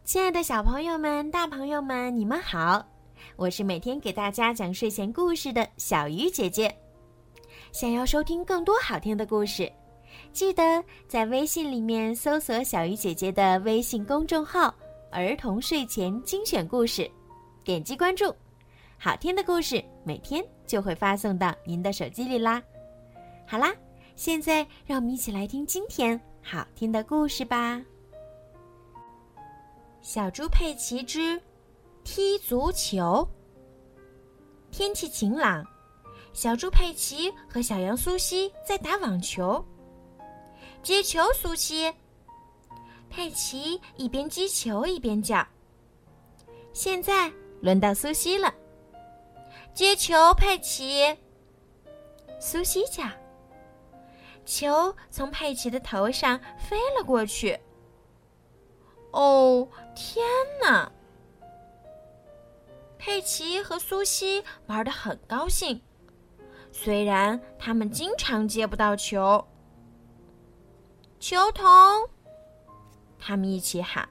亲爱的小朋友们、大朋友们，你们好！我是每天给大家讲睡前故事的小鱼姐姐。想要收听更多好听的故事，记得在微信里面搜索小鱼姐姐的微信公众号“儿童睡前精选故事”，点击关注，好听的故事每天就会发送到您的手机里啦。好啦，现在让我们一起来听今天好听的故事吧。小猪佩奇之踢足球。天气晴朗，小猪佩奇和小羊苏西在打网球。接球，苏西！佩奇一边击球一边叫。现在轮到苏西了。接球，佩奇！苏西叫。球从佩奇的头上飞了过去。哦，天哪！佩奇和苏西玩得很高兴，虽然他们经常接不到球。球童！他们一起喊。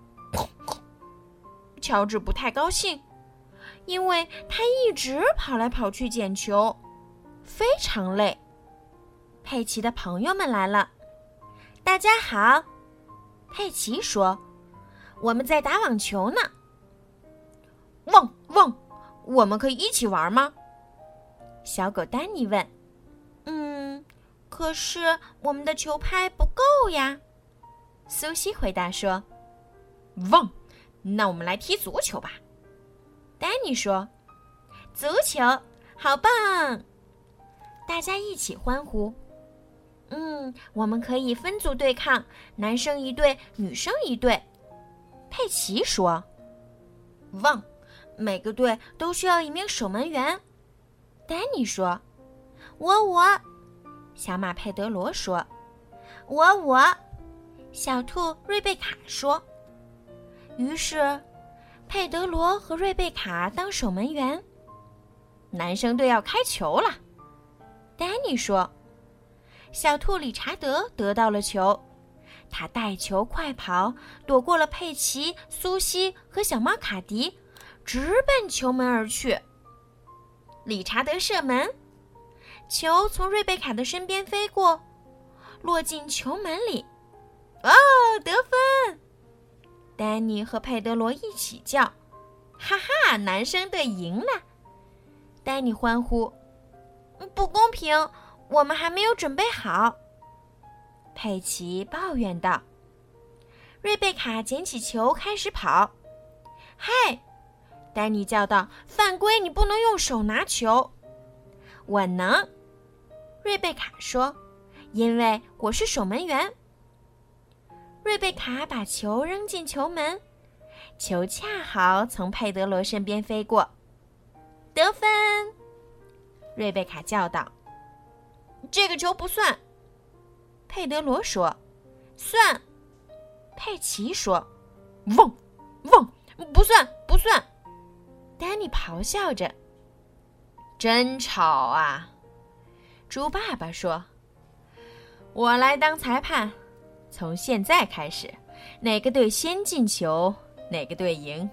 乔治不太高兴，因为他一直跑来跑去捡球，非常累。佩奇的朋友们来了。大家好，佩奇说，我们在打网球呢。汪汪，我们可以一起玩吗？小狗丹尼问。可是我们的球拍不够呀。苏西回答说。汪，那我们来踢足球吧。丹尼说。足球，好棒！大家一起欢呼。我们可以分组对抗，男生一队，女生一队。佩奇说。汪，每个队都需要一名守门员。丹尼说。我。小马佩德罗说。我。小兔瑞贝卡说。于是佩德罗和瑞贝卡当守门员。男生队要开球了。丹尼说。小兔理查德得到了球，他带球快跑，躲过了佩奇、苏西和小猫卡迪，直奔球门而去。理查德射门，球从瑞贝卡的身边飞过，落进球门里。哦，得分！丹尼和佩德罗一起叫，哈哈，男生队赢了。丹尼欢呼，不公平，我们还没有准备好。佩奇抱怨道。瑞贝卡捡起球开始跑。嗨！丹尼叫道，犯规，你不能用手拿球。我能，瑞贝卡说，因为我是守门员。瑞贝卡把球扔进球门，球恰好从佩德罗身边飞过。得分！瑞贝卡叫道。这个球不算。佩德罗说。算。佩奇说。汪，不算。丹尼咆哮着。真吵啊！猪爸爸说。我来当裁判，从现在开始，哪个队先进球，哪个队赢。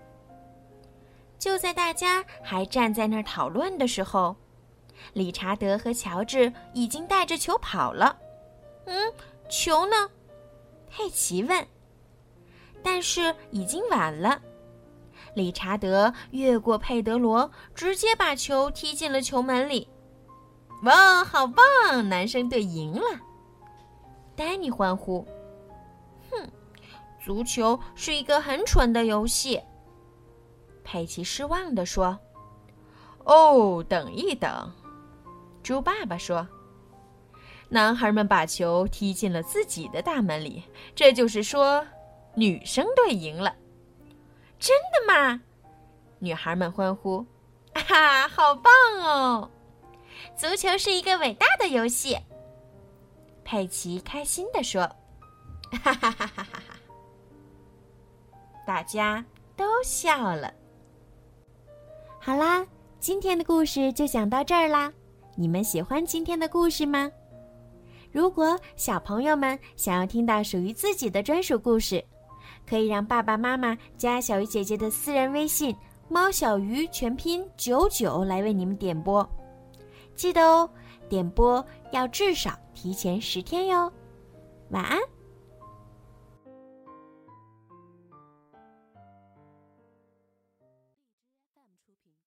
就在大家还站在那儿讨论的时候，理查德和乔治已经带着球跑了。球呢？佩奇问。但是已经晚了。理查德越过佩德罗，直接把球踢进了球门里。哇，好棒！男生队赢了。丹尼欢呼。足球是一个很蠢的游戏。佩奇失望地说。哦，等一等。猪爸爸说。男孩们把球踢进了自己的大门里，这就是说，女生队赢了。真的吗？女孩们欢呼。好棒哦！足球是一个伟大的游戏。佩奇开心地说。哈哈哈哈哈！大家都笑了。好啦，今天的故事就讲到这儿啦。你们喜欢今天的故事吗？如果小朋友们想要听到属于自己的专属故事， 可以让爸爸妈妈加小鱼姐姐的私人微信猫小鱼全拼99来为你们点播。记得哦，点播要至少提前10天哟。晚安。